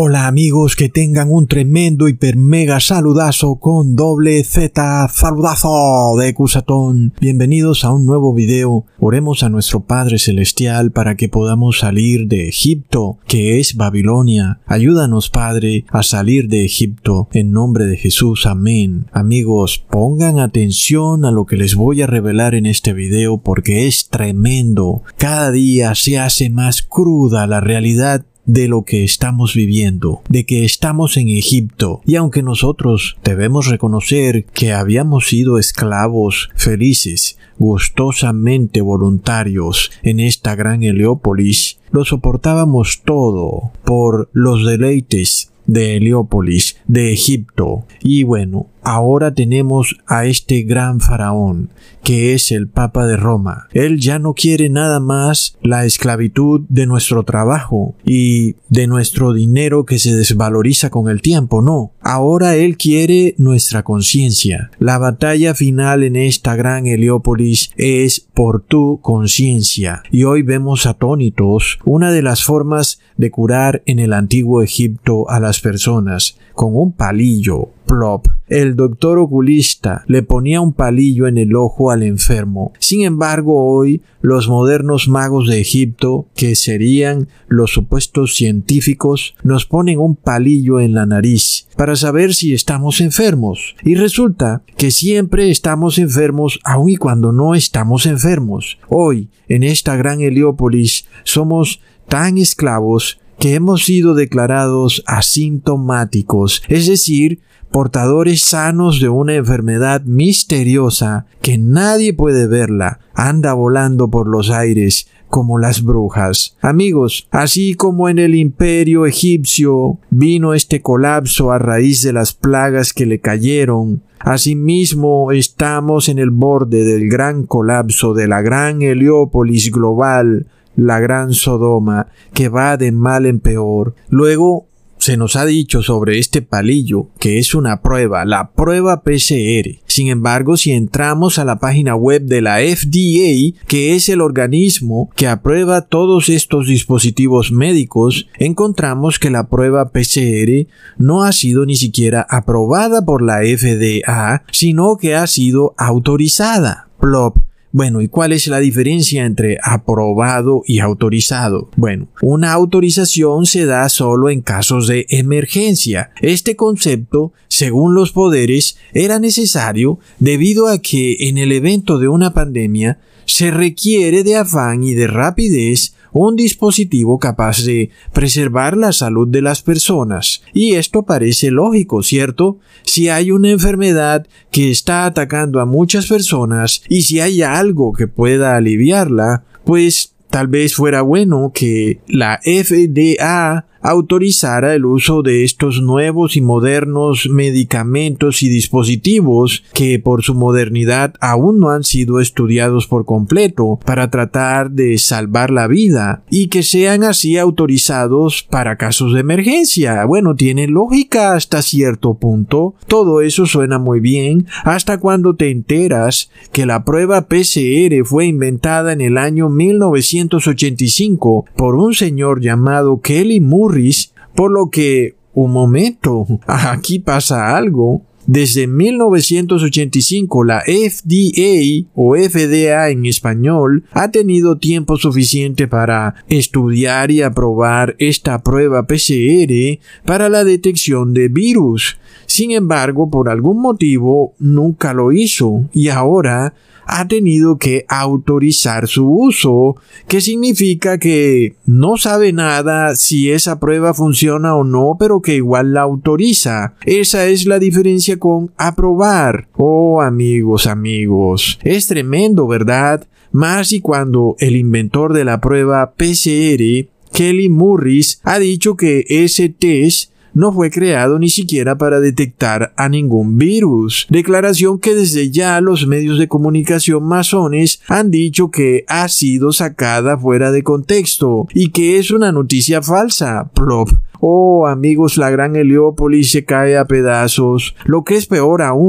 Hola amigos, que tengan un tremendo hiper mega saludazo con doble Z, saludazo de Cusatón. Bienvenidos a un nuevo video. Oremos a nuestro Padre Celestial para que podamos salir de Egipto, que es Babilonia. Ayúdanos, Padre, a salir de Egipto. En nombre de Jesús, amén. Amigos, pongan atención a lo que les voy a revelar en este video porque es tremendo. Cada día se hace más cruda la realidad de lo que estamos viviendo, de que estamos en Egipto, y aunque nosotros debemos reconocer que habíamos sido esclavos felices, gustosamente voluntarios en esta gran Heliópolis, lo soportábamos todo por los deleites de Heliópolis, de Egipto. Y bueno, ahora tenemos a este gran faraón, que es el Papa de Roma. Él ya no quiere nada más la esclavitud de nuestro trabajo y de nuestro dinero que se desvaloriza con el tiempo, no. Ahora él quiere nuestra conciencia. La batalla final en esta gran Heliópolis es por tu conciencia. Y hoy vemos atónitos una de las formas de curar en el antiguo Egipto a las personas, con un palillo. Plop. El doctor oculista le ponía un palillo en el ojo al enfermo. Sin embargo, hoy los modernos magos de Egipto, que serían los supuestos científicos, nos ponen un palillo en la nariz para saber si estamos enfermos. Y resulta que siempre estamos enfermos aun y cuando no estamos enfermos. Hoy, en esta gran Heliópolis, somos tan esclavos que hemos sido declarados asintomáticos, es decir, portadores sanos de una enfermedad misteriosa que nadie puede verla, anda volando por los aires como las brujas. Amigos, así como en el imperio egipcio vino este colapso a raíz de las plagas que le cayeron, asimismo estamos en el borde del gran colapso de la gran Heliópolis global, la gran Sodoma, que va de mal en peor. Luego, se nos ha dicho sobre este palillo que es una prueba, la prueba PCR. Sin embargo, si entramos a la página web de la FDA, que es el organismo que aprueba todos estos dispositivos médicos, encontramos que la prueba PCR no ha sido ni siquiera aprobada por la FDA, sino que ha sido autorizada. Plop. Bueno, ¿y cuál es la diferencia entre aprobado y autorizado? Bueno, una autorización se da solo en casos de emergencia. Este concepto, según los poderes, era necesario debido a que en el evento de una pandemia se requiere de afán y de rapidez un dispositivo capaz de preservar la salud de las personas. Y esto parece lógico, ¿cierto? Si hay una enfermedad que está atacando a muchas personas y si hay algo que pueda aliviarla, pues tal vez fuera bueno que la FDA autorizara el uso de estos nuevos y modernos medicamentos y dispositivos que por su modernidad aún no han sido estudiados por completo para tratar de salvar la vida y que sean así autorizados para casos de emergencia. Bueno, tiene lógica hasta cierto punto. Todo eso suena muy bien hasta cuando te enteras que la prueba PCR fue inventada en el año 1985 por un señor llamado Kelly Murray, por lo que, un momento, aquí pasa algo. Desde 1985 la FDA o FDA en español ha tenido tiempo suficiente para estudiar y aprobar esta prueba PCR para la detección de virus. Sin embargo, por algún motivo nunca lo hizo y ahora ha tenido que autorizar su uso, que significa que no sabe nada si esa prueba funciona o no, pero que igual la autoriza. Esa es la diferencia con aprobar. Oh, amigos, es tremendo, ¿verdad? Más y cuando el inventor de la prueba PCR, Kelly Murray, ha dicho que ese test no fue creado ni siquiera para detectar a ningún virus. Declaración que desde ya los medios de comunicación masones han dicho que ha sido sacada fuera de contexto y que es una noticia falsa. Plop. Oh, amigos, la gran Heliópolis se cae a pedazos. Lo que es peor aún,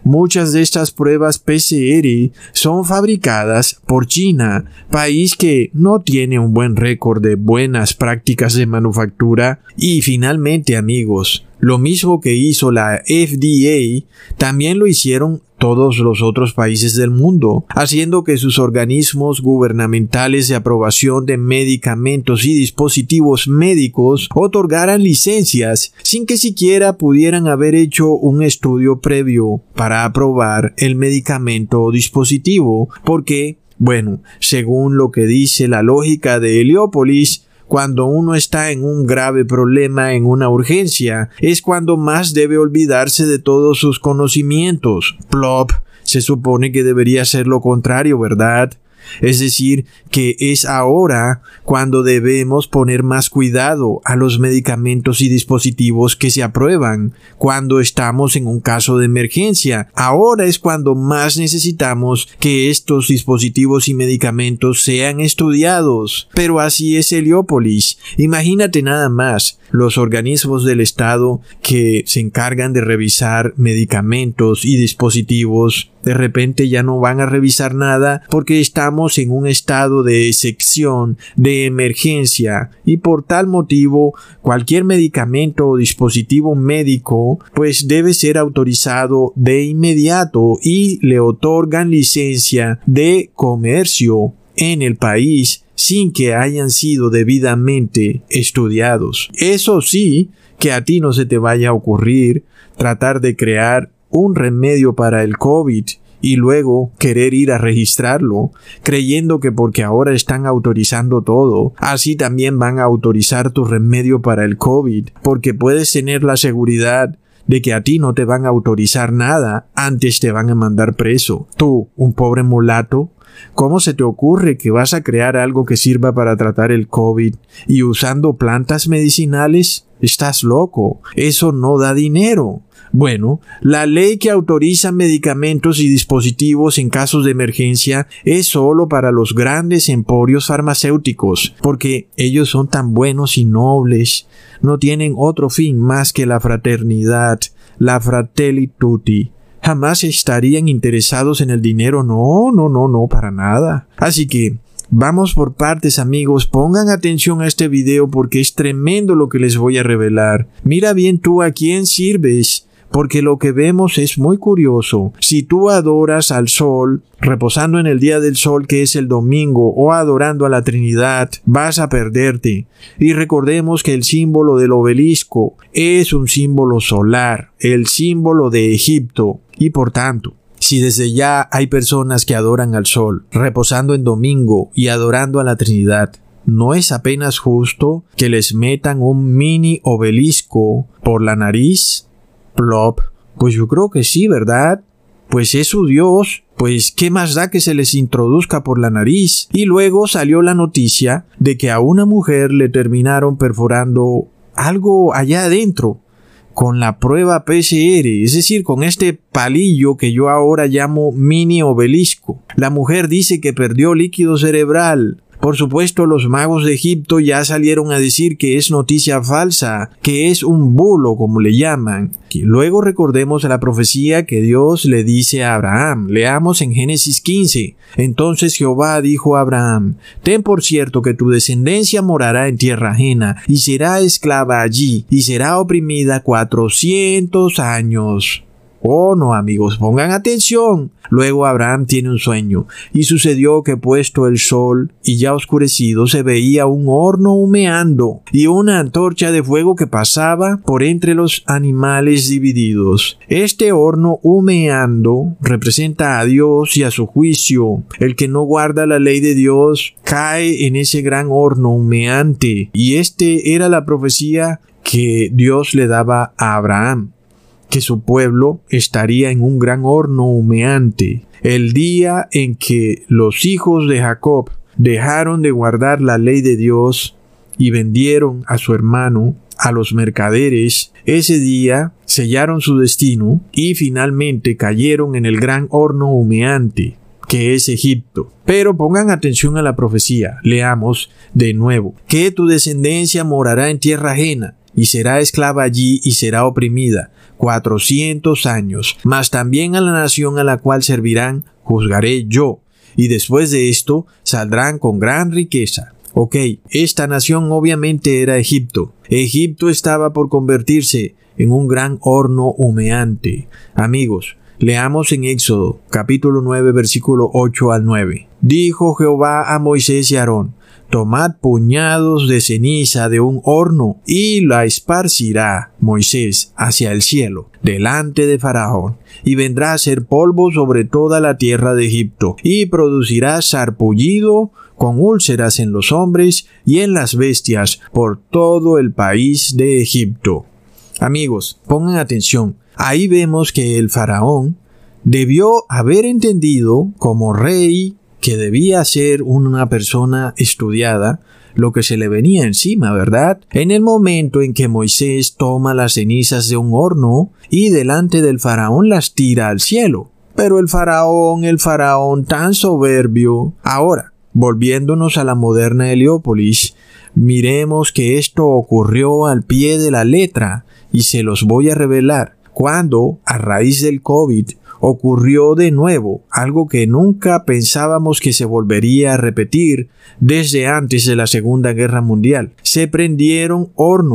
Muchas de estas pruebas PCR son fabricadas por China, país que no tiene un buen récord de buenas prácticas de manufactura. Y finalmente, amigos, lo mismo que hizo la FDA, también lo hicieron todos los otros países del mundo, haciendo que sus organismos gubernamentales de aprobación de medicamentos y dispositivos médicos otorgaran licencias sin que siquiera pudieran haber hecho un estudio previo para aprobar el medicamento o dispositivo, porque, bueno, según lo que dice la lógica de Heliópolis, cuando uno está en un grave problema, en una urgencia, es cuando más debe olvidarse de todos sus conocimientos. Plop, se supone que debería ser lo contrario, ¿verdad? Es decir, que es ahora cuando debemos poner más cuidado a los medicamentos y dispositivos que se aprueban cuando estamos en un caso de emergencia. Ahora es cuando más necesitamos que estos dispositivos y medicamentos sean estudiados. Pero así es Heliópolis. Imagínate nada más, los organismos del Estado que se encargan de revisar medicamentos y dispositivos, de repente ya no van a revisar nada porque estamos en un estado de excepción, de emergencia, y por tal motivo cualquier medicamento o dispositivo médico pues debe ser autorizado de inmediato y le otorgan licencia de comercio en el país sin que hayan sido debidamente estudiados. Eso sí, que a ti no se te vaya a ocurrir tratar de crear un remedio para el COVID y luego querer ir a registrarlo, creyendo que porque ahora están autorizando todo, así también van a autorizar tu remedio para el COVID, porque puedes tener la seguridad de que a ti no te van a autorizar nada, antes te van a mandar preso. Tú, un pobre mulato, ¿cómo se te ocurre que vas a crear algo que sirva para tratar el COVID y usando plantas medicinales? Estás loco, eso no da dinero. Bueno, la ley que autoriza medicamentos y dispositivos en casos de emergencia es solo para los grandes emporios farmacéuticos, porque ellos son tan buenos y nobles, no tienen otro fin más que la fraternidad, la fratelli tutti. Jamás estarían interesados en el dinero, no, para nada. Así que vamos por partes, amigos, pongan atención a este video porque es tremendo lo que les voy a revelar. Mira bien tú a quién sirves, porque lo que vemos es muy curioso. Si tú adoras al sol, reposando en el día del sol que es el domingo, o adorando a la Trinidad, vas a perderte. Y recordemos que el símbolo del obelisco es un símbolo solar, el símbolo de Egipto, y por tanto, si desde ya hay personas que adoran al sol, reposando en domingo y adorando a la Trinidad, ¿no es apenas justo que les metan un mini obelisco por la nariz? Plop. Pues yo creo que sí, ¿verdad? Pues es su Dios, pues ¿qué más da que se les introduzca por la nariz? Y luego salió la noticia de que a una mujer le terminaron perforando algo allá adentro con la prueba PCR, es decir, con este palillo que yo ahora llamo mini obelisco. La mujer dice que perdió líquido cerebral. Por supuesto, los magos de Egipto ya salieron a decir que es noticia falsa, que es un bulo, como le llaman. Y luego recordemos la profecía que Dios le dice a Abraham. Leamos en Génesis 15. Entonces Jehová dijo a Abraham: ten por cierto que tu descendencia morará en tierra ajena, y será esclava allí, y será oprimida 400 años. Oh no, amigos, pongan atención. Luego Abraham tiene un sueño, y sucedió que puesto el sol y ya oscurecido se veía un horno humeando y una antorcha de fuego que pasaba por entre los animales divididos. Este horno humeando representa a Dios y a su juicio. El que no guarda la ley de Dios cae en ese gran horno humeante, y era la profecía que Dios le daba a Abraham, que su pueblo estaría en un gran horno humeante. El día en que los hijos de Jacob dejaron de guardar la ley de Dios y vendieron a su hermano a los mercaderes, ese día sellaron su destino y finalmente cayeron en el gran horno humeante que es Egipto. Pero pongan atención a la profecía. Leamos de nuevo: que tu descendencia morará en tierra ajena, y será esclava allí y será oprimida 400 años, mas también a la nación a la cual servirán juzgaré yo, y después de esto saldrán con gran riqueza. Ok, esta nación obviamente era Egipto. Egipto estaba por convertirse en un gran horno humeante. Amigos, leamos en Éxodo, capítulo 9, versículo 8 al 9. Dijo Jehová a Moisés y Aarón: tomad puñados de ceniza de un horno, y la esparcirá Moisés hacia el cielo, delante de Faraón, y vendrá a ser polvo sobre toda la tierra de Egipto, y producirá sarpullido con úlceras en los hombres y en las bestias por todo el país de Egipto. Amigos, pongan atención. Ahí vemos que el Faraón debió haber entendido como rey que debía ser una persona estudiada lo que se le venía encima, ¿verdad? En el momento en que Moisés toma las cenizas de un horno y delante del Faraón las tira al cielo. Pero el Faraón tan soberbio. Ahora, volviéndonos a la moderna Heliópolis, miremos que esto ocurrió al pie de la letra y se los voy a revelar. Cuando, a raíz del COVID, ocurrió de nuevo algo que nunca pensábamos que se volvería a repetir desde antes de la Segunda Guerra Mundial. Se prendieron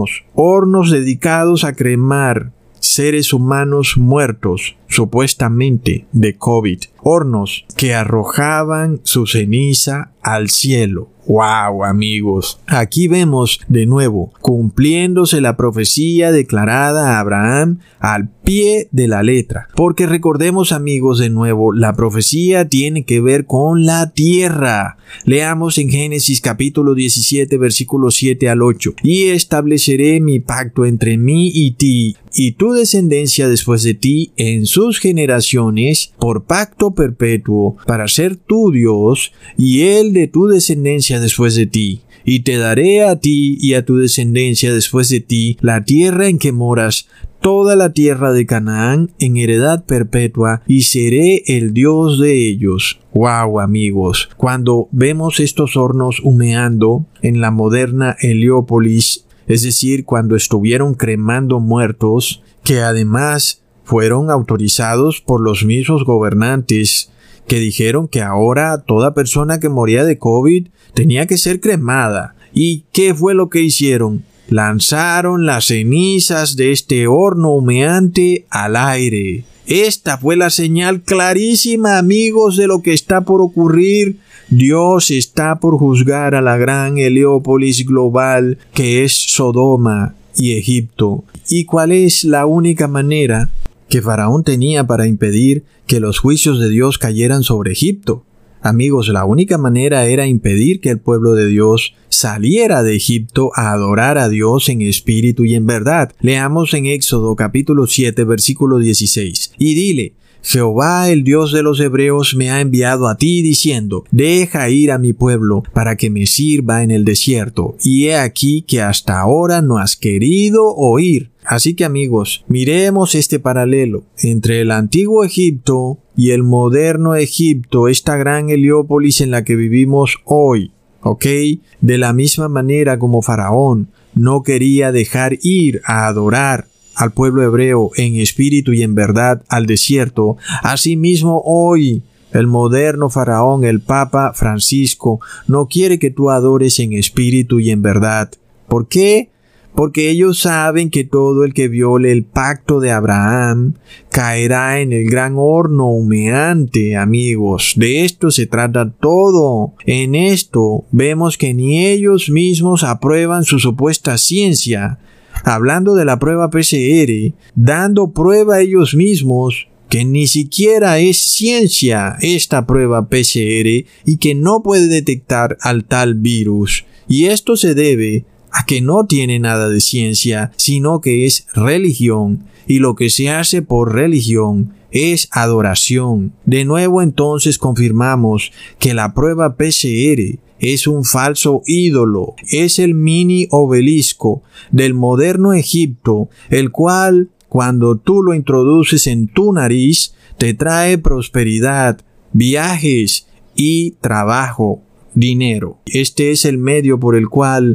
hornos dedicados a cremar seres humanos muertos, supuestamente de COVID. Hornos que arrojaban su ceniza al cielo. ¡Wow, amigos! Aquí vemos de nuevo cumpliéndose la profecía declarada a Abraham al pie de la letra. Porque recordemos, amigos, de nuevo, la profecía tiene que ver con la tierra. Leamos en Génesis capítulo 17, versículos 7 al 8. Y estableceré mi pacto entre mí y ti, y tu descendencia después de ti en sus generaciones, por pacto perpetuo, para ser tu Dios, y el de tu descendencia después de ti. Y te daré a ti y a tu descendencia después de ti la tierra en que moras, toda la tierra de Canaán en heredad perpetua, y seré el Dios de ellos. ¡Wow, amigos! Cuando vemos estos hornos humeando en la moderna Heliópolis, es decir, cuando estuvieron cremando muertos, que además fueron autorizados por los mismos gobernantes, que dijeron que ahora toda persona que moría de COVID tenía que ser cremada. ¿Y qué fue lo que hicieron? Lanzaron las cenizas de este horno humeante al aire. Esta fue la señal clarísima, amigos, de lo que está por ocurrir. Dios está por juzgar a la gran Heliópolis global que es Sodoma y Egipto. ¿Y cuál es la única manera que Faraón tenía para impedir que los juicios de Dios cayeran sobre Egipto? Amigos, la única manera era impedir que el pueblo de Dios saliera de Egipto a adorar a Dios en espíritu y en verdad. Leamos en Éxodo capítulo 7, versículo 16. Y dile: Jehová, el Dios de los hebreos, me ha enviado a ti diciendo: deja ir a mi pueblo para que me sirva en el desierto. Y he aquí que hasta ahora no has querido oír. Así que, amigos, miremos este paralelo entre el antiguo Egipto y el moderno Egipto, esta gran Heliópolis en la que vivimos hoy, ¿ok? De la misma manera como Faraón no quería dejar ir a adorar al pueblo hebreo en espíritu y en verdad al desierto, asimismo hoy el moderno Faraón, el Papa Francisco, no quiere que tú adores en espíritu y en verdad. ¿Por qué? Porque ellos saben que todo el que viole el pacto de Abraham caerá en el gran horno humeante, amigos. De esto se trata todo. En esto vemos que ni ellos mismos aprueban su supuesta ciencia. Hablando de la prueba PCR, dando prueba ellos mismos que ni siquiera es ciencia esta prueba PCR y que no puede detectar al tal virus. Y esto se debe a que no tiene nada de ciencia, sino que es religión, y lo que se hace por religión es adoración. De nuevo entonces confirmamos que la prueba PCR es un falso ídolo, es el mini obelisco del moderno Egipto, el cual, cuando tú lo introduces en tu nariz, te trae prosperidad, viajes y trabajo, dinero. Este es el medio por el cual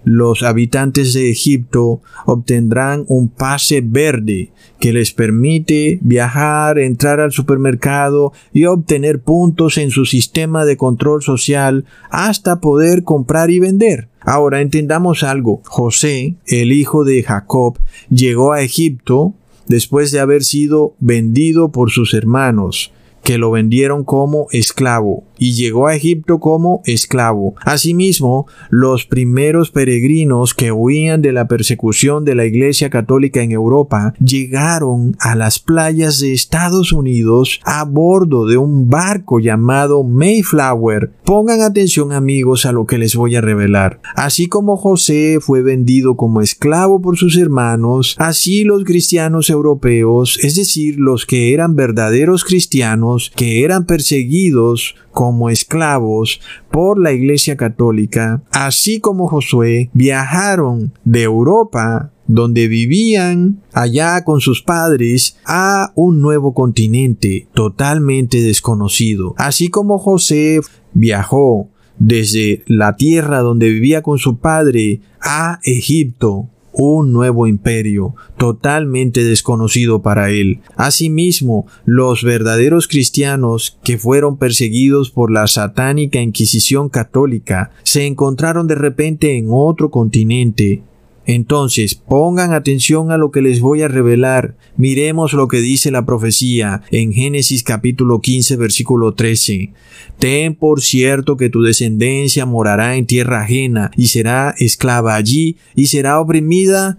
los habitantes de Egipto obtendrán un pase verde que les permite viajar, entrar al supermercado y obtener puntos en su sistema de control social hasta poder comprar y vender. Ahora entendamos algo. José, el hijo de Jacob, llegó a Egipto después de haber sido vendido por sus hermanos, que lo vendieron como esclavo, y llegó a Egipto como esclavo. Asimismo, los primeros peregrinos que huían de la persecución de la Iglesia Católica en Europa llegaron a las playas de Estados Unidos a bordo de un barco llamado Mayflower. Pongan atención, amigos, a lo que les voy a revelar. Así como José fue vendido como esclavo por sus hermanos, así los cristianos europeos, es decir, los que eran verdaderos cristianos, que eran perseguidos como esclavos por la Iglesia Católica, así como Josué, viajaron de Europa, donde vivían allá con sus padres, a un nuevo continente totalmente desconocido. Así como José viajó desde la tierra donde vivía con su padre a Egipto, un nuevo imperio totalmente desconocido para él. Asimismo, los verdaderos cristianos que fueron perseguidos por la satánica Inquisición católica se encontraron de repente en otro continente. Entonces, pongan atención a lo que les voy a revelar. Miremos lo que dice la profecía en Génesis capítulo 15, versículo 13. Ten por cierto que tu descendencia morará en tierra ajena y será esclava allí y será oprimida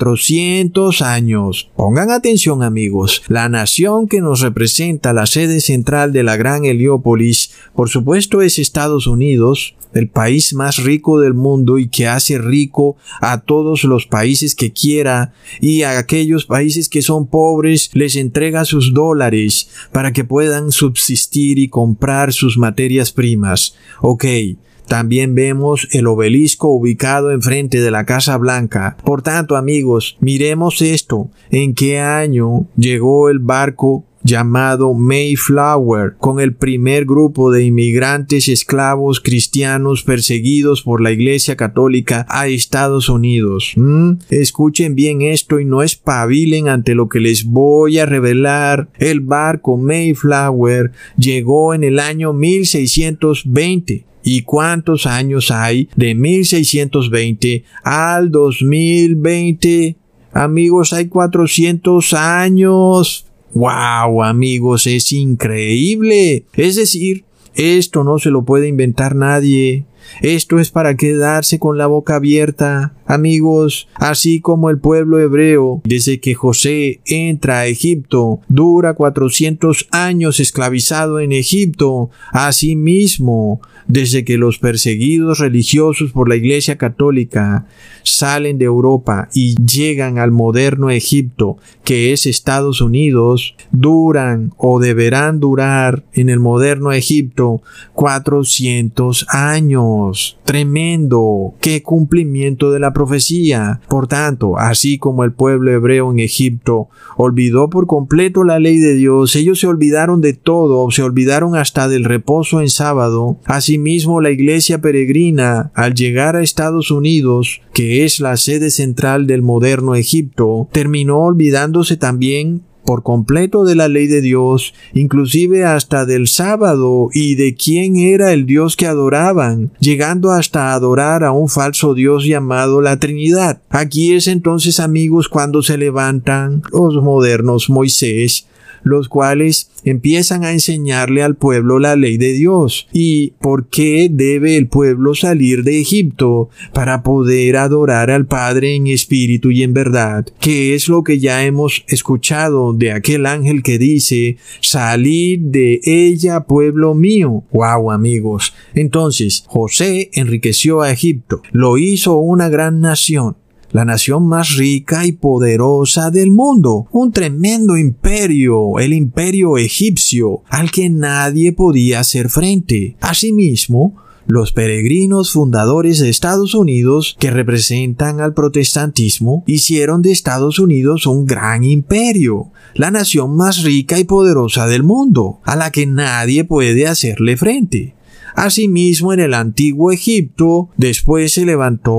400 años. Pongan atención, amigos. La nación que nos representa, la sede central de la gran Heliópolis, por supuesto es Estados Unidos, el país más rico del mundo y que hace rico a todos los países que quiera, y a aquellos países que son pobres les entrega sus dólares para que puedan subsistir y comprar sus materias primas. Ok. También vemos el obelisco ubicado enfrente de la Casa Blanca. Por tanto, amigos, miremos esto. ¿En qué año llegó el barco llamado Mayflower con el primer grupo de inmigrantes esclavos cristianos perseguidos por la Iglesia Católica a Estados Unidos? Escuchen bien esto y no espabilen ante lo que les voy a revelar. El barco Mayflower llegó en el año 1620. ¿Y cuántos años hay de 1620 al 2020? Amigos, hay 400 años. ¡Wow, amigos! Es increíble. Es decir, esto no se lo puede inventar nadie. Esto es para quedarse con la boca abierta. Amigos, así como el pueblo hebreo, desde que José entra a Egipto, dura 400 años esclavizado en Egipto. Asimismo, desde que los perseguidos religiosos por la Iglesia Católica salen de Europa y llegan al moderno Egipto, que es Estados Unidos, duran o deberán durar en el moderno Egipto 400 años. ¡Tremendo! ¡Qué cumplimiento de la profecía! Por tanto, así como el pueblo hebreo en Egipto olvidó por completo la ley de Dios, ellos se olvidaron de todo, se olvidaron hasta del reposo en sábado. Asimismo, la iglesia peregrina, al llegar a Estados Unidos, que es la sede central del moderno Egipto, terminó olvidándose también por completo de la ley de Dios, inclusive hasta del sábado y de quién era el Dios que adoraban, llegando hasta adorar a un falso Dios llamado la Trinidad. Aquí es entonces, amigos, cuando se levantan los modernos Moisés, los cuales empiezan a enseñarle al pueblo la ley de Dios y por qué debe el pueblo salir de Egipto para poder adorar al Padre en espíritu y en verdad, que es lo que ya hemos escuchado de aquel ángel que dice: salid de ella, pueblo mío. ¡Wow, amigos! Entonces, José enriqueció a Egipto, lo hizo una gran nación, la nación más rica y poderosa del mundo, un tremendo imperio, el imperio egipcio, al que nadie podía hacer frente. Asimismo, los peregrinos fundadores de Estados Unidos, que representan al protestantismo, hicieron de Estados Unidos un gran imperio, la nación más rica y poderosa del mundo, a la que nadie puede hacerle frente. Asimismo, en el antiguo Egipto, después se levantó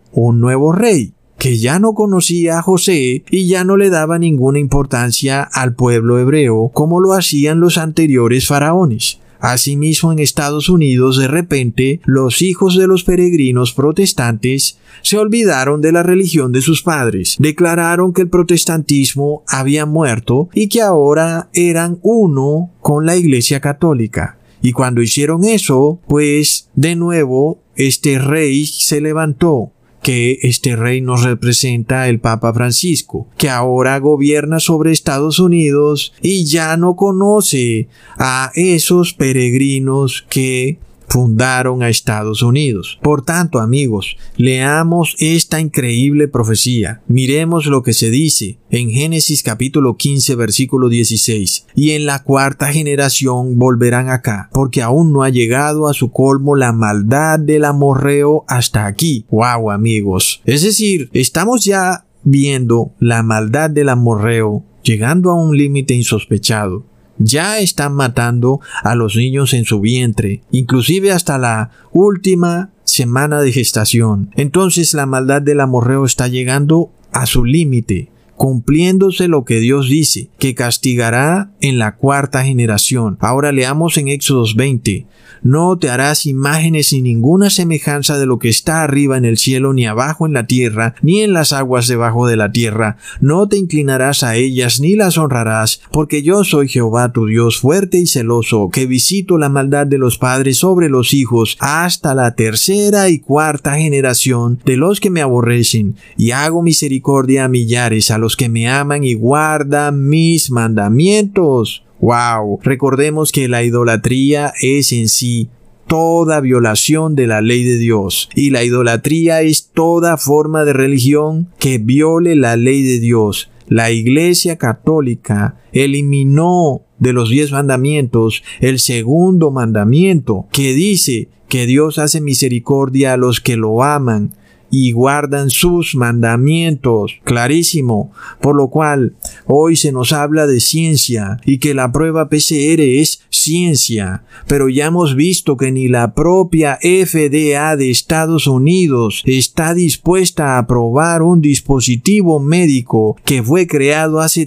un nuevo rey, que ya no conocía a José y ya no le daba ninguna importancia al pueblo hebreo como lo hacían los anteriores faraones. Asimismo, en Estados Unidos, de repente, los hijos de los peregrinos protestantes se olvidaron de la religión de sus padres, declararon que el protestantismo había muerto y que ahora eran uno con la Iglesia Católica. Y cuando hicieron eso, pues, de nuevo, este rey se levantó, que este rey nos representa el Papa Francisco, que ahora gobierna sobre Estados Unidos y ya no conoce a esos peregrinos que fundaron a Estados Unidos. Por tanto, amigos, leamos esta increíble profecía. Miremos lo que se dice en Génesis capítulo 15, versículo 16. Y en la cuarta generación volverán acá, porque aún no ha llegado a su colmo la maldad del amorreo hasta aquí. ¡Wow, amigos! Es decir, estamos ya viendo la maldad del amorreo llegando a un límite insospechado. Ya están matando a los niños en su vientre, inclusive hasta la última semana de gestación. Entonces la maldad del amorreo está llegando a su límite, cumpliéndose lo que Dios dice, que castigará en la cuarta generación. Ahora leamos en Éxodos 20. No te harás imágenes ni ninguna semejanza de lo que está arriba en el cielo, ni abajo en la tierra, ni en las aguas debajo de la tierra. No te inclinarás a ellas, ni las honrarás, porque yo soy Jehová tu Dios, fuerte y celoso, que visito la maldad de los padres sobre los hijos, hasta la tercera y cuarta generación de los que me aborrecen, y hago misericordia a millares, a los que me aman y guardan mis mandamientos. ¡Wow! Recordemos que la idolatría es en sí toda violación de la ley de Dios. Y la idolatría es toda forma de religión que viole la ley de Dios. La Iglesia Católica eliminó de los 10 mandamientos el segundo mandamiento, que dice que Dios hace misericordia a los que lo aman y guardan sus mandamientos. Clarísimo. Por lo cual, hoy se nos habla de ciencia y que la prueba PCR es ciencia. Pero ya hemos visto que ni la propia FDA de Estados Unidos está dispuesta a aprobar un dispositivo médico que fue creado hace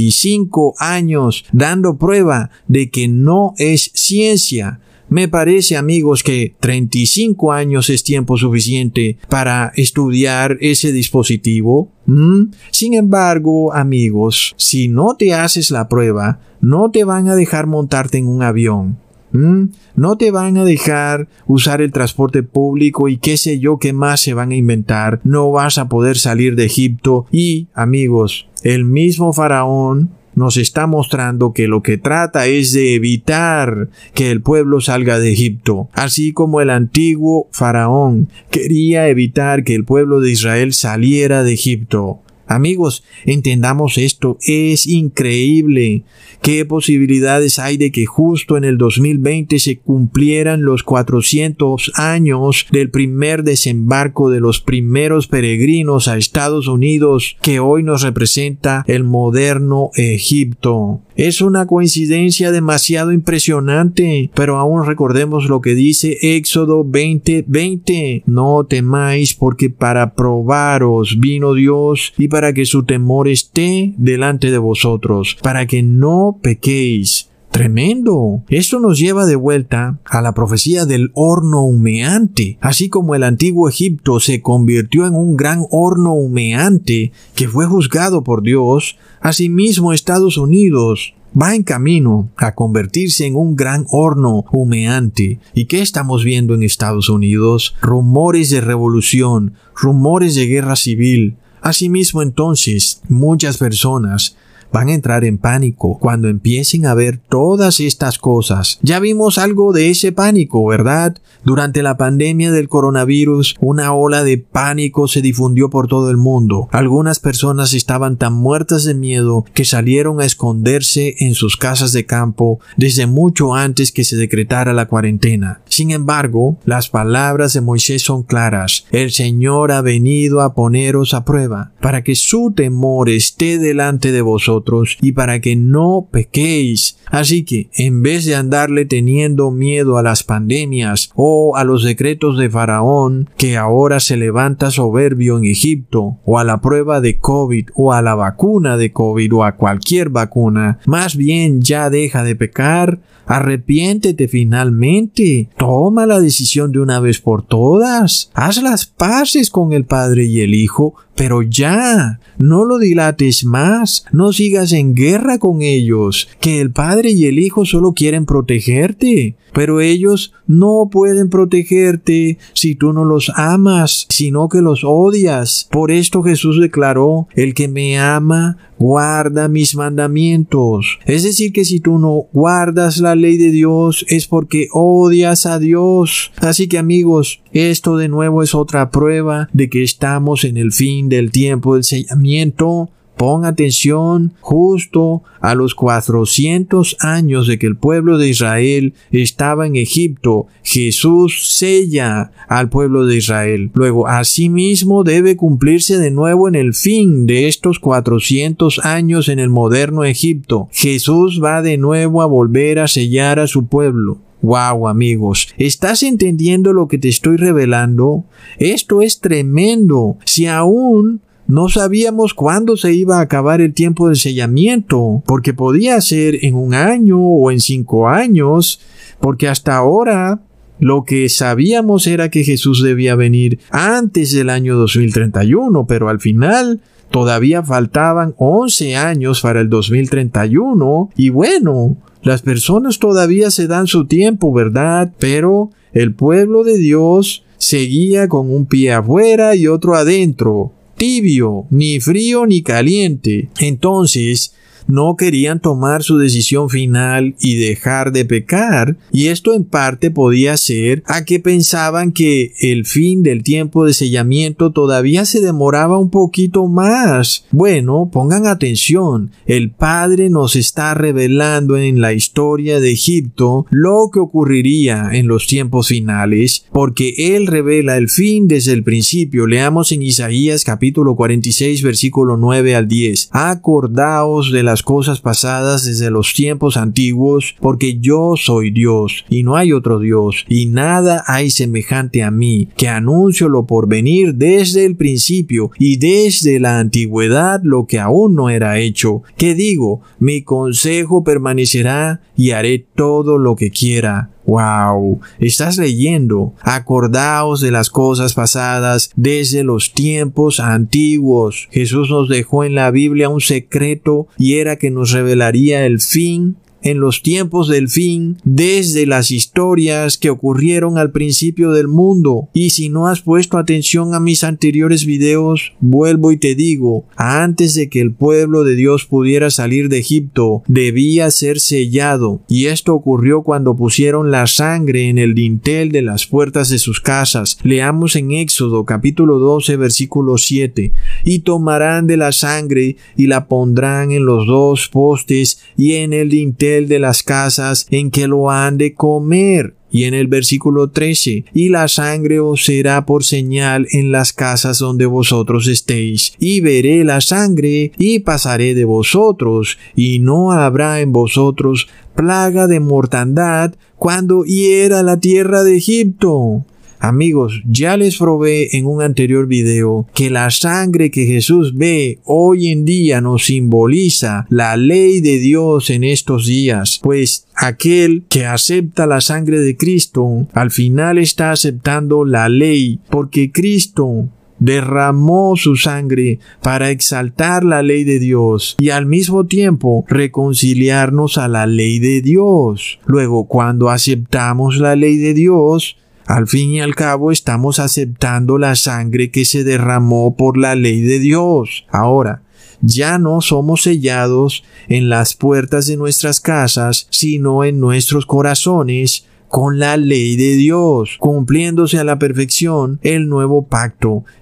35 años, dando prueba de que no es ciencia. Me parece, amigos, que 35 años es tiempo suficiente para estudiar ese dispositivo. Sin embargo, amigos, si no te haces la prueba, no te van a dejar montarte en un avión. No te van a dejar usar el transporte público y qué sé yo qué más se van a inventar. No vas a poder salir de Egipto y, amigos, el mismo faraón nos está mostrando que lo que trata es de evitar que el pueblo salga de Egipto, así como el antiguo faraón quería evitar que el pueblo de Israel saliera de Egipto. Amigos, entendamos esto, es increíble. ¿Qué posibilidades hay de que justo en el 2020 se cumplieran los 400 años del primer desembarco de los primeros peregrinos a Estados Unidos, que hoy nos representa el moderno Egipto? Es una coincidencia demasiado impresionante, pero aún recordemos lo que dice Éxodo 20:20. No temáis, porque para probaros vino Dios y para que su temor esté delante de vosotros, para que no pequéis. Tremendo. Esto nos lleva de vuelta a la profecía del horno humeante. Así como el antiguo Egipto se convirtió en un gran horno humeante que fue juzgado por Dios, asimismo Estados Unidos va en camino a convertirse en un gran horno humeante. ¿Y qué estamos viendo en Estados Unidos? Rumores de revolución, rumores de guerra civil. Asimismo, entonces, muchas personas van a entrar en pánico cuando empiecen a ver todas estas cosas. Ya vimos algo de ese pánico, ¿verdad? Durante la pandemia del coronavirus, una ola de pánico se difundió por todo el mundo. Algunas personas estaban tan muertas de miedo que salieron a esconderse en sus casas de campo desde mucho antes que se decretara la cuarentena. Sin embargo, las palabras de Moisés son claras. El Señor ha venido a poneros a prueba, para que su temor esté delante de vosotros vosotros y para que no pequéis. Así que, en vez de andarle teniendo miedo a las pandemias o a los decretos de Faraón, que ahora se levanta soberbio en Egipto, o a la prueba de COVID, o a la vacuna de COVID, o a cualquier vacuna, más bien ya deja de pecar. Arrepiéntete finalmente. Toma la decisión de una vez por todas. Haz las paces con el Padre y el Hijo, pero ya. No lo dilates más. No sigas en guerra con ellos. Que el Padre y el Hijo solo quieren protegerte. Pero ellos no pueden protegerte si tú no los amas, sino que los odias. Por esto Jesús declaró: el que me ama, guarda mis mandamientos. Es decir, que si tú no guardas la ley de Dios, es porque odias a Dios. Así que, amigos, esto de nuevo es otra prueba de que estamos en el fin del tiempo del sellamiento. Pon atención, justo a los 400 años de que el pueblo de Israel estaba en Egipto, Jesús sella al pueblo de Israel. Luego, asimismo, debe cumplirse de nuevo en el fin de estos 400 años en el moderno Egipto. Jesús va de nuevo a volver a sellar a su pueblo. Wow, amigos, ¿estás entendiendo lo que te estoy revelando? Esto es tremendo. Si aún no sabíamos cuándo se iba a acabar el tiempo de sellamiento, porque podía ser en 1 año o en 5 años, porque hasta ahora lo que sabíamos era que Jesús debía venir antes del año 2031, pero al final todavía faltaban 11 años para el 2031, y bueno, las personas todavía se dan su tiempo, ¿verdad? Pero el pueblo de Dios seguía con un pie afuera y otro adentro. Tibio, ni frío ni caliente. Entonces, no querían tomar su decisión final y dejar de pecar, y esto en parte podía ser a que pensaban que el fin del tiempo de sellamiento todavía se demoraba un poquito más. Bueno, pongan atención, el Padre nos está revelando en la historia de Egipto lo que ocurriría en los tiempos finales, porque Él revela el fin desde el principio. Leamos en Isaías capítulo 46 versículo 9 al 10. Acordaos de las cosas pasadas desde los tiempos antiguos, porque yo soy Dios, y no hay otro Dios, y nada hay semejante a mí, que anuncio lo por venir desde el principio, y desde la antigüedad lo que aún no era hecho, que digo, mi consejo permanecerá, y haré todo lo que quiera. ¡Wow! Estás leyendo. Acordaos de las cosas pasadas desde los tiempos antiguos. Jesús nos dejó en la Biblia un secreto, y era que nos revelaría el fin en los tiempos del fin, desde las historias que ocurrieron al principio del mundo. Y si no has puesto atención a mis anteriores videos, vuelvo y te digo, antes de que el pueblo de Dios pudiera salir de Egipto, debía ser sellado, y esto ocurrió cuando pusieron la sangre en el dintel de las puertas de sus casas. Leamos en Éxodo capítulo 12 versículo 7, y tomarán de la sangre y la pondrán en los 2 postes y en el dintel de las casas en que lo han de comer. Y en el versículo 13, y la sangre os será por señal en las casas donde vosotros estéis, y veré la sangre, y pasaré de vosotros, y no habrá en vosotros plaga de mortandad cuando hiera la tierra de Egipto. Amigos, ya les probé en un anterior video que la sangre que Jesús ve hoy en día nos simboliza la ley de Dios en estos días, pues aquel que acepta la sangre de Cristo al final está aceptando la ley, porque Cristo derramó su sangre para exaltar la ley de Dios y al mismo tiempo reconciliarnos a la ley de Dios. Luego, cuando aceptamos la ley de Dios, al fin y al cabo estamos aceptando la sangre que se derramó por la ley de Dios. Ahora, ya no somos sellados en las puertas de nuestras casas, sino en nuestros corazones con la ley de Dios, cumpliéndose a la perfección el nuevo pacto,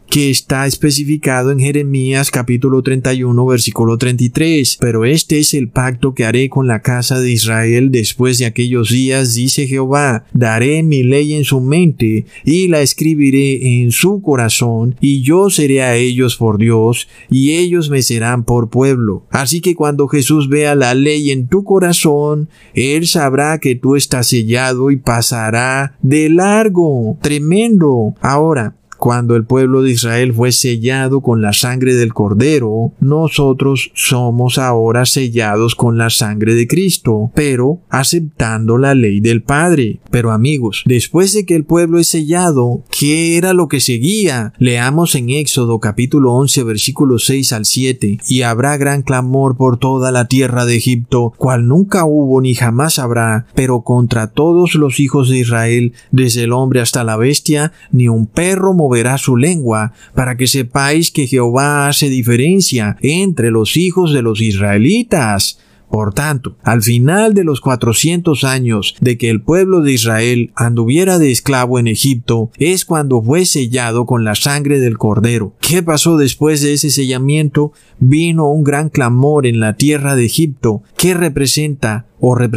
que está especificado en Jeremías capítulo 31 versículo 33. Pero este es el pacto que haré con la casa de Israel después de aquellos días, dice Jehová. Daré mi ley en su mente y la escribiré en su corazón, y yo seré a ellos por Dios y ellos me serán por pueblo. Así que cuando Jesús vea la ley en tu corazón, Él sabrá que tú estás sellado y pasará de largo. Tremendo. Ahora, cuando el pueblo de Israel fue sellado con la sangre del Cordero, nosotros somos ahora sellados con la sangre de Cristo, pero aceptando la ley del Padre. Pero amigos, después de que el pueblo es sellado, ¿qué era lo que seguía? Leamos en Éxodo capítulo 11 versículos 6 al 7. Y habrá gran clamor por toda la tierra de Egipto, cual nunca hubo ni jamás habrá, pero contra todos los hijos de Israel, desde el hombre hasta la bestia, ni un perro moverá su lengua, para que sepáis que Jehová hace diferencia entre los hijos de los israelitas. Por tanto, al final de los 400 años de que el pueblo de Israel anduviera de esclavo en Egipto, es cuando fue sellado con la sangre del Cordero. ¿Qué pasó después de ese sellamiento? Vino un gran clamor en la tierra de Egipto, que representó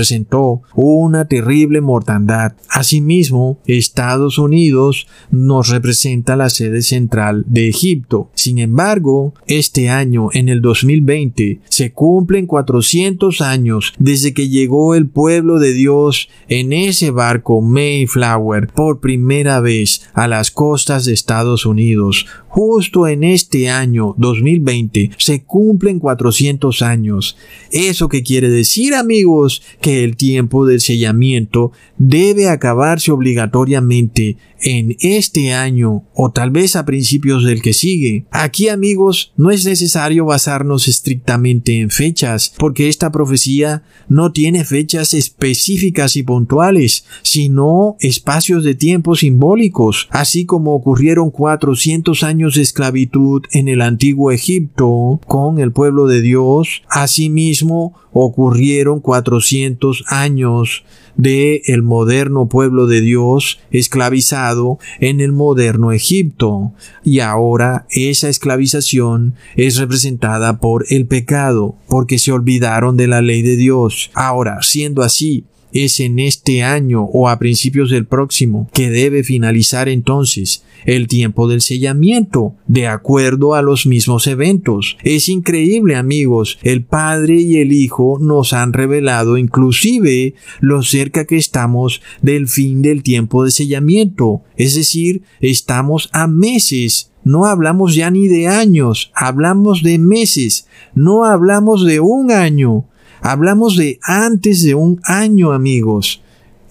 una terrible mortandad. Asimismo, Estados Unidos nos representa la sede central de Egipto. Sin embargo, este año, en el 2020, se cumplen 400 años desde que llegó el pueblo de Dios en ese barco Mayflower por primera vez a las costas de Estados Unidos. Justo en este año 2020 se cumplen 400 años. ¿Eso qué quiere decir, amigos? Que el tiempo del sellamiento debe acabarse obligatoriamente en este año o tal vez a principios del que sigue. Aquí, amigos, no es necesario basarnos estrictamente en fechas, porque esta profecía no tiene fechas específicas y puntuales, sino espacios de tiempo simbólicos, así como ocurrieron 400 años de esclavitud en el antiguo Egipto con el pueblo de Dios. Asimismo, ocurrieron 400 años de el moderno pueblo de Dios esclavizado en el moderno Egipto, y ahora esa esclavización es representada por el pecado, porque se olvidaron de la ley de Dios. Ahora, siendo así, es en este año o a principios del próximo que debe finalizar entonces el tiempo del sellamiento, de acuerdo a los mismos eventos. Es increíble, amigos. El Padre y el Hijo nos han revelado inclusive lo cerca que estamos del fin del tiempo de sellamiento. Es decir, estamos a meses. No hablamos ya ni de años, hablamos de meses. No hablamos de un año. Hablamos de antes de un año, amigos.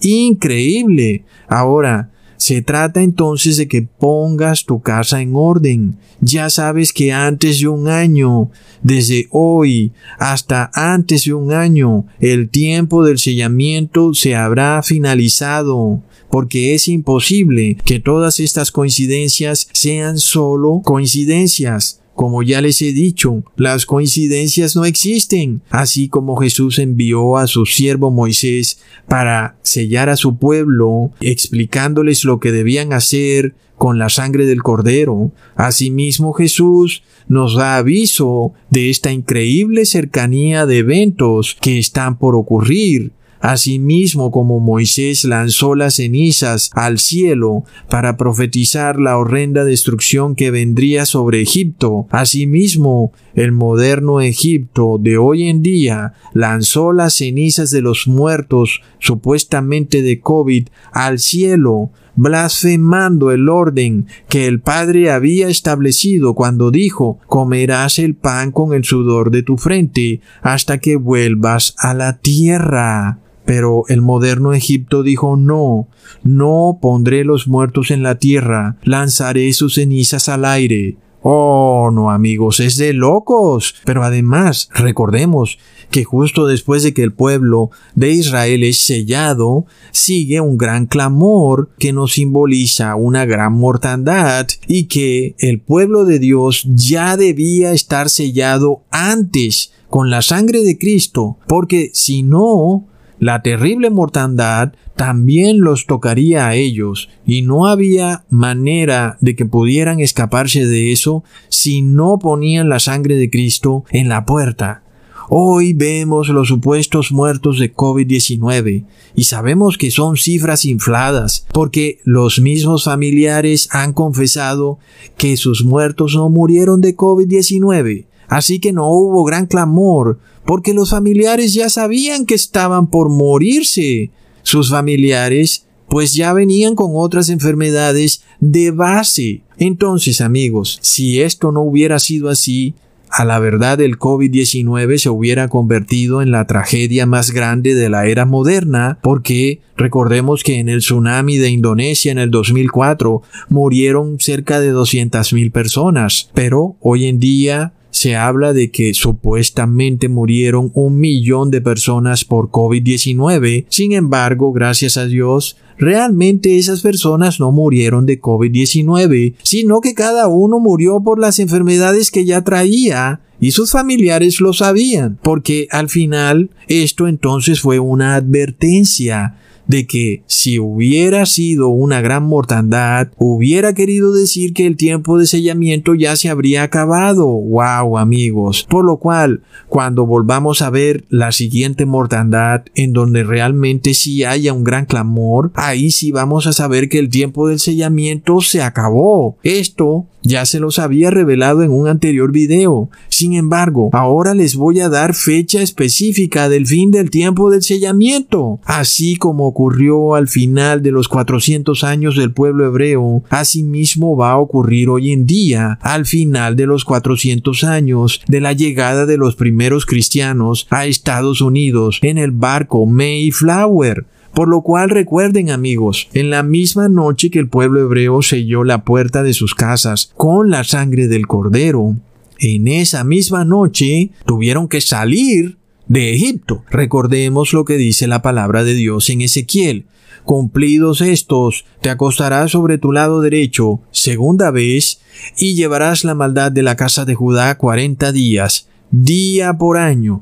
Increíble. Ahora, se trata entonces de que pongas tu casa en orden. Ya sabes que antes de un año, desde hoy hasta antes de un año, el tiempo del sellamiento se habrá finalizado. Porque es imposible que todas estas coincidencias sean solo coincidencias. Como ya les he dicho, las coincidencias no existen. Así como Jesús envió a su siervo Moisés para sellar a su pueblo, explicándoles lo que debían hacer con la sangre del Cordero, asimismo Jesús nos da aviso de esta increíble cercanía de eventos que están por ocurrir. Asimismo, como Moisés lanzó las cenizas al cielo para profetizar la horrenda destrucción que vendría sobre Egipto, asimismo, el moderno Egipto de hoy en día lanzó las cenizas de los muertos, supuestamente de COVID, al cielo, blasfemando el orden que el Padre había establecido cuando dijo: comerás el pan con el sudor de tu frente hasta que vuelvas a la tierra. Pero el moderno Egipto dijo: no pondré los muertos en la tierra, lanzaré sus cenizas al aire. Oh, no, amigos, es de locos. Pero además, recordemos que justo después de que el pueblo de Israel es sellado, sigue un gran clamor que nos simboliza una gran mortandad y que el pueblo de Dios ya debía estar sellado antes con la sangre de Cristo, porque si no, la terrible mortandad también los tocaría a ellos, y no había manera de que pudieran escaparse de eso si no ponían la sangre de Cristo en la puerta. Hoy vemos los supuestos muertos de COVID-19 y sabemos que son cifras infladas porque los mismos familiares han confesado que sus muertos no murieron de COVID-19. Así que no hubo gran clamor porque los familiares ya sabían que estaban por morirse. Sus familiares pues ya venían con otras enfermedades de base. Entonces, amigos, si esto no hubiera sido así, a la verdad el COVID-19 se hubiera convertido en la tragedia más grande de la era moderna, porque recordemos que en el tsunami de Indonesia en el 2004 murieron cerca de 200,000 personas, pero hoy en día se habla de que supuestamente murieron 1,000,000 de personas por COVID-19. Sin embargo, gracias a Dios, realmente esas personas no murieron de COVID-19, sino que cada uno murió por las enfermedades que ya traía y sus familiares lo sabían, porque al final esto entonces fue una advertencia de que si hubiera sido una gran mortandad, hubiera querido decir que el tiempo de sellamiento ya se habría acabado. ¡Wow, amigos! Por lo cual, cuando volvamos a ver la siguiente mortandad, en donde realmente sí haya un gran clamor, ahí sí vamos a saber que el tiempo del sellamiento se acabó. Esto ya se los había revelado en un anterior video. Sin embargo, ahora les voy a dar fecha específica del fin del tiempo del sellamiento. Así como ocurrió al final de los 400 años del pueblo hebreo, asimismo va a ocurrir hoy en día, al final de los 400 años de la llegada de los primeros cristianos a Estados Unidos en el barco Mayflower. Por lo cual recuerden, amigos, en la misma noche que el pueblo hebreo selló la puerta de sus casas con la sangre del Cordero, en esa misma noche tuvieron que salir de Egipto. Recordemos lo que dice la palabra de Dios en Ezequiel. Cumplidos estos, te acostarás sobre tu lado derecho, segunda vez, y llevarás la maldad de la casa de Judá 40 días, día por año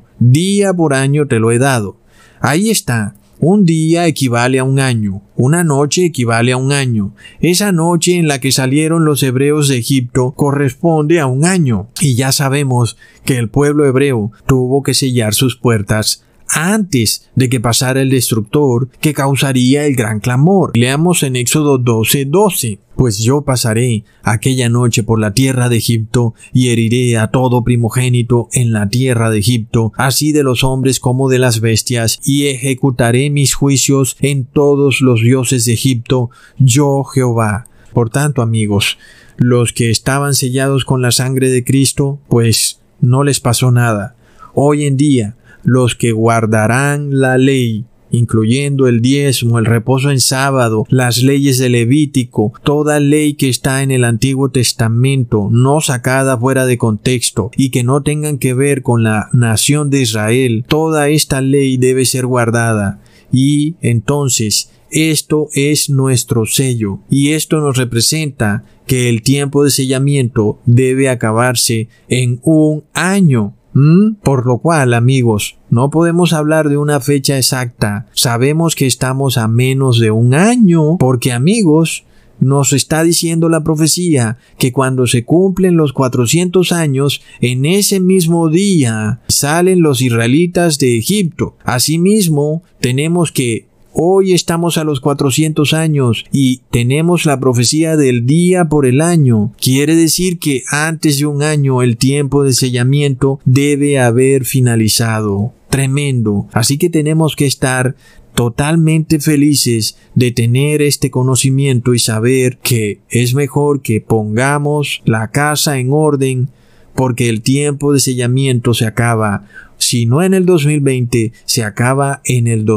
te lo he dado. Ahí está. Un día equivale a un año, una noche equivale a un año. Esa noche en la que salieron los hebreos de Egipto corresponde a un año. Y ya sabemos que el pueblo hebreo tuvo que sellar sus puertas antes de que pasara el destructor que causaría el gran clamor. Leamos en Éxodo 12:12. Pues yo pasaré aquella noche por la tierra de Egipto y heriré a todo primogénito en la tierra de Egipto, así de los hombres como de las bestias, y ejecutaré mis juicios en todos los dioses de Egipto, yo Jehová. Por tanto, amigos, los que estaban sellados con la sangre de Cristo, pues no les pasó nada. Hoy en día, los que guardarán la ley, incluyendo el diezmo, el reposo en sábado, las leyes de Levítico, toda ley que está en el Antiguo Testamento, no sacada fuera de contexto y que no tengan que ver con la nación de Israel, toda esta ley debe ser guardada. Y entonces, esto es nuestro sello, y esto nos representa que el tiempo de sellamiento debe acabarse en un año. Por lo cual, amigos, no podemos hablar de una fecha exacta. Sabemos que estamos a menos de un año, porque, amigos, nos está diciendo la profecía que cuando se cumplen los 400 años, en ese mismo día salen los israelitas de Egipto. Asimismo, tenemos que hoy estamos a los 400 años y tenemos la profecía del día por el año. Quiere decir que antes de un año el tiempo de sellamiento debe haber finalizado. Tremendo. Así que tenemos que estar totalmente felices de tener este conocimiento y saber que es mejor que pongamos la casa en orden, porque el tiempo de sellamiento se acaba. Si no en el 2020, se acaba en el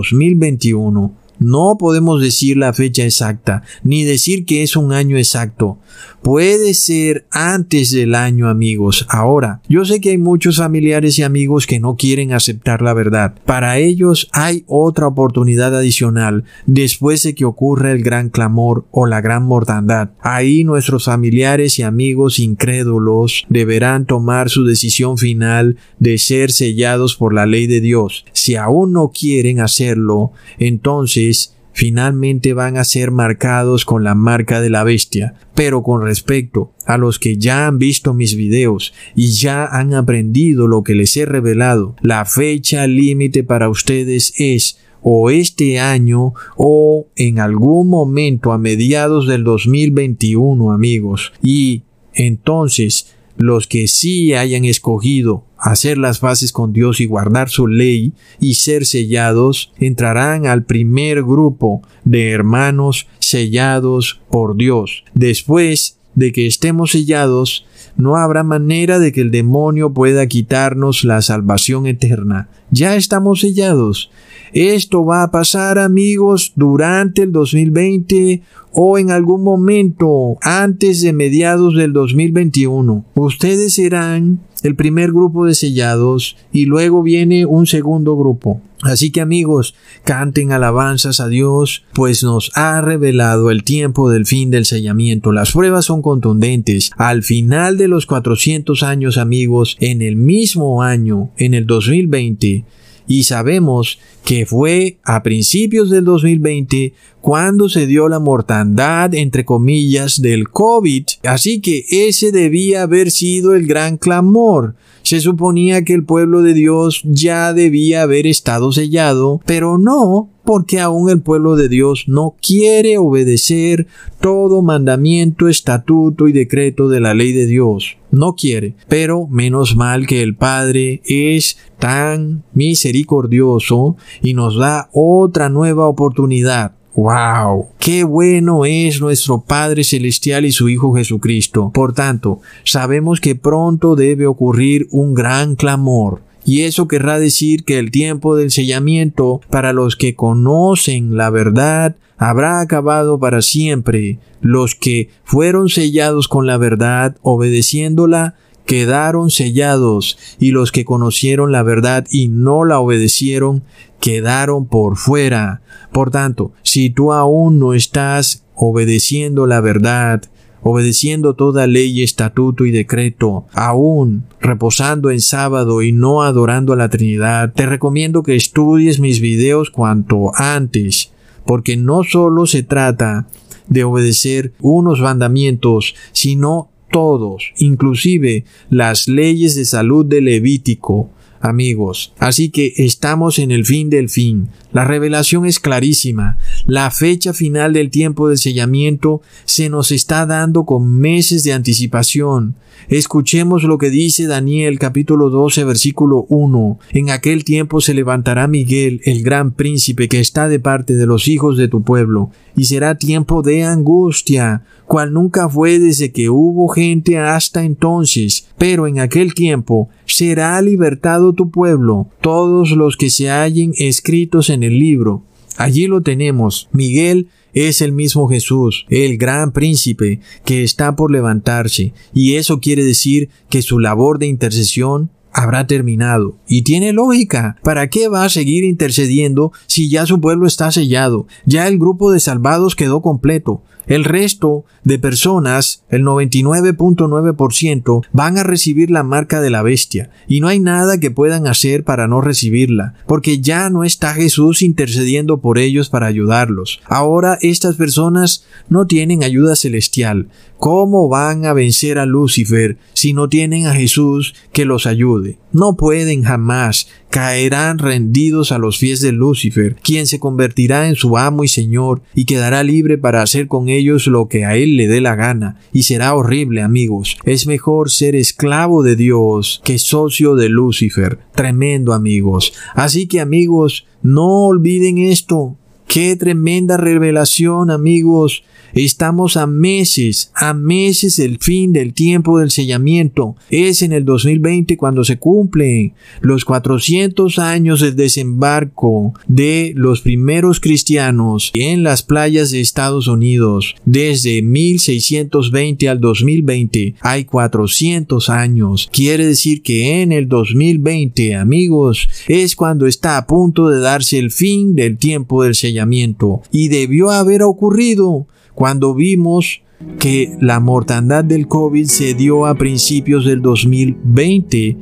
2021. No podemos decir la fecha exacta, ni decir que es un año exacto. Puede ser antes del año, amigos. Ahora, yo sé que hay muchos familiares y amigos que no quieren aceptar la verdad. Para ellos hay otra oportunidad adicional después de que ocurra el gran clamor o la gran mortandad. Ahí nuestros familiares y amigos incrédulos deberán tomar su decisión final de ser sellados por la ley de Dios. Si aún no quieren hacerlo, entonces finalmente van a ser marcados con la marca de la bestia. Pero con respecto a los que ya han visto mis videos y ya han aprendido lo que les he revelado, la fecha límite para ustedes es o este año o en algún momento a mediados del 2021, amigos. Y entonces, los que sí hayan escogido hacer las paces con Dios y guardar su ley y ser sellados, entrarán al primer grupo de hermanos sellados por Dios. Después de que estemos sellados, no habrá manera de que el demonio pueda quitarnos la salvación eterna. Ya estamos sellados. Esto va a pasar, amigos, durante el 2020 o en algún momento antes de mediados del 2021. Ustedes serán el primer grupo de sellados y luego viene un segundo grupo. Así que, amigos, canten alabanzas a Dios, pues nos ha revelado el tiempo del fin del sellamiento. Las pruebas son contundentes. Al final de los 400 años, amigos, en el mismo año, en el 2020, y sabemos que fue a principios del 2020 cuando se dio la mortandad, entre comillas, del COVID. Así que ese debía haber sido el gran clamor. Se suponía que el pueblo de Dios ya debía haber estado sellado, pero no, porque aún el pueblo de Dios no quiere obedecer todo mandamiento, estatuto y decreto de la ley de Dios. No quiere, pero menos mal que el Padre es tan misericordioso y nos da otra nueva oportunidad. ¡Wow! ¡Qué bueno es nuestro Padre Celestial y su Hijo Jesucristo! Por tanto, sabemos que pronto debe ocurrir un gran clamor. Y eso querrá decir que el tiempo del sellamiento para los que conocen la verdad habrá acabado para siempre. Los que fueron sellados con la verdad, obedeciéndola, quedaron sellados, y los que conocieron la verdad y no la obedecieron, quedaron por fuera. Por tanto, si tú aún no estás obedeciendo la verdad, obedeciendo toda ley, estatuto y decreto, aún reposando en sábado y no adorando a la Trinidad, te recomiendo que estudies mis videos cuanto antes, porque no solo se trata de obedecer unos mandamientos, sino todos, inclusive las leyes de salud de Levítico, amigos. Así que estamos en el fin del fin. La revelación es clarísima. La fecha final del tiempo del sellamiento se nos está dando con meses de anticipación. Escuchemos lo que dice Daniel capítulo 12 versículo 1. En aquel tiempo se levantará Miguel, el gran príncipe que está de parte de los hijos de tu pueblo, y será tiempo de angustia, cual nunca fue desde que hubo gente hasta entonces. Pero en aquel tiempo será libertado tu pueblo, todos los que se hallen escritos en el libro. Allí lo tenemos. Miguel es el mismo Jesús, el gran príncipe que está por levantarse, y eso quiere decir que su labor de intercesión habrá terminado. Y tiene lógica. ¿Para qué va a seguir intercediendo si ya su pueblo está sellado? Ya el grupo de salvados quedó completo. El resto de personas, el 99.9%, van a recibir la marca de la bestia, y no hay nada que puedan hacer para no recibirla, porque ya no está Jesús intercediendo por ellos para ayudarlos. Ahora estas personas no tienen ayuda celestial. ¿Cómo van a vencer a Lucifer si no tienen a Jesús que los ayude? No pueden jamás. Caerán rendidos a los pies de Lucifer, quien se convertirá en su amo y señor y quedará libre para hacer con ellos lo que a él le dé la gana. Y será horrible, amigos. Es mejor ser esclavo de Dios que socio de Lucifer. Tremendo, amigos. Así que, amigos, no olviden esto. ¡Qué tremenda revelación, amigos! Estamos a meses del fin del tiempo del sellamiento. Es en el 2020 cuando se cumplen los 400 años del desembarco de los primeros cristianos en las playas de Estados Unidos. Desde 1620 al 2020 hay 400 años. Quiere decir que en el 2020, amigos, es cuando está a punto de darse el fin del tiempo del sellamiento. Y debió haber ocurrido cuando vimos que la mortandad del COVID se dio a principios del 2020.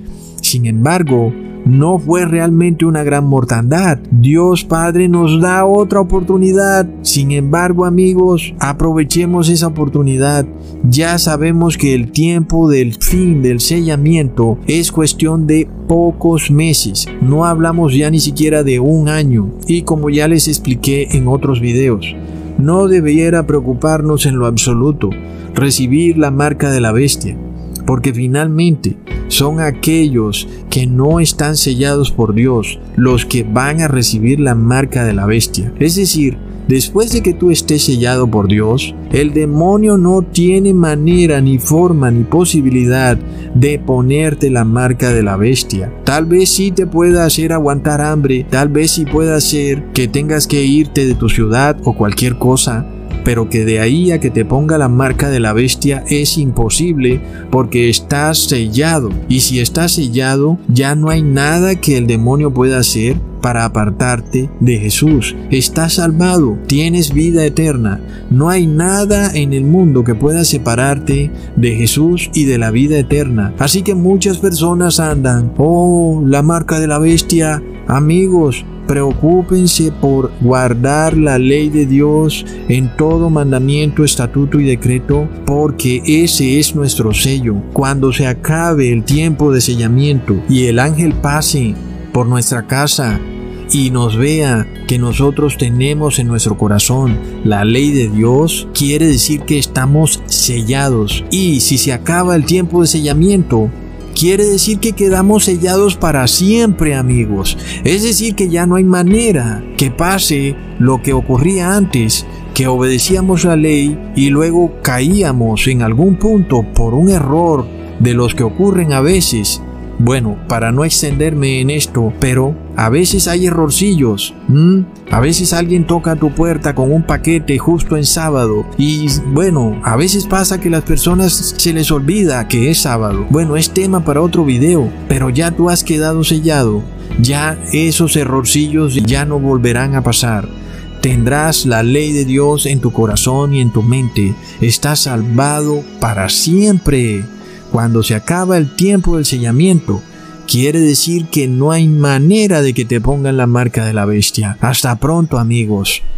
Sin embargo, no fue realmente una gran mortandad. Dios Padre nos da otra oportunidad. Sin embargo, amigos, aprovechemos esa oportunidad. Ya sabemos que el tiempo del fin del sellamiento es cuestión de pocos meses. No hablamos ya ni siquiera de un año. Y como ya les expliqué en otros videos, no debiera preocuparnos en lo absoluto recibir la marca de la bestia, porque finalmente son aquellos que no están sellados por Dios los que van a recibir la marca de la bestia. Es decir, después de que tú estés sellado por Dios, el demonio no tiene manera, ni forma, ni posibilidad de ponerte la marca de la bestia. Tal vez sí te pueda hacer aguantar hambre, tal vez sí pueda hacer que tengas que irte de tu ciudad o cualquier cosa, pero que de ahí a que te ponga la marca de la bestia es imposible, porque estás sellado. Y si estás sellado, ya no hay nada que el demonio pueda hacer para apartarte de Jesús. Estás salvado, tienes vida eterna. No hay nada en el mundo que pueda separarte de Jesús y de la vida eterna. Así que muchas personas andan, la marca de la bestia. Amigos, preocúpense por guardar la ley de Dios en todo mandamiento, estatuto y decreto, porque ese es nuestro sello. Cuando se acabe el tiempo de sellamiento y el ángel pase por nuestra casa y nos vea que nosotros tenemos en nuestro corazón la ley de Dios, quiere decir que estamos sellados. Y si se acaba el tiempo de sellamiento, quiere decir que quedamos sellados para siempre, amigos. Es decir, que ya no hay manera que pase lo que ocurría antes, que obedecíamos la ley y luego caíamos en algún punto por un error de los que ocurren a veces. Bueno, para no extenderme en esto, pero a veces hay errorcillos. A veces alguien toca a tu puerta con un paquete justo en sábado. Y bueno, a veces pasa que las personas se les olvida que es sábado. Bueno, es tema para otro video, pero ya tú has quedado sellado. Ya esos errorcillos ya no volverán a pasar. Tendrás la ley de Dios en tu corazón y en tu mente. Estás salvado para siempre. Cuando se acaba el tiempo del sellamiento, quiere decir que no hay manera de que te pongan la marca de la bestia. Hasta pronto, amigos.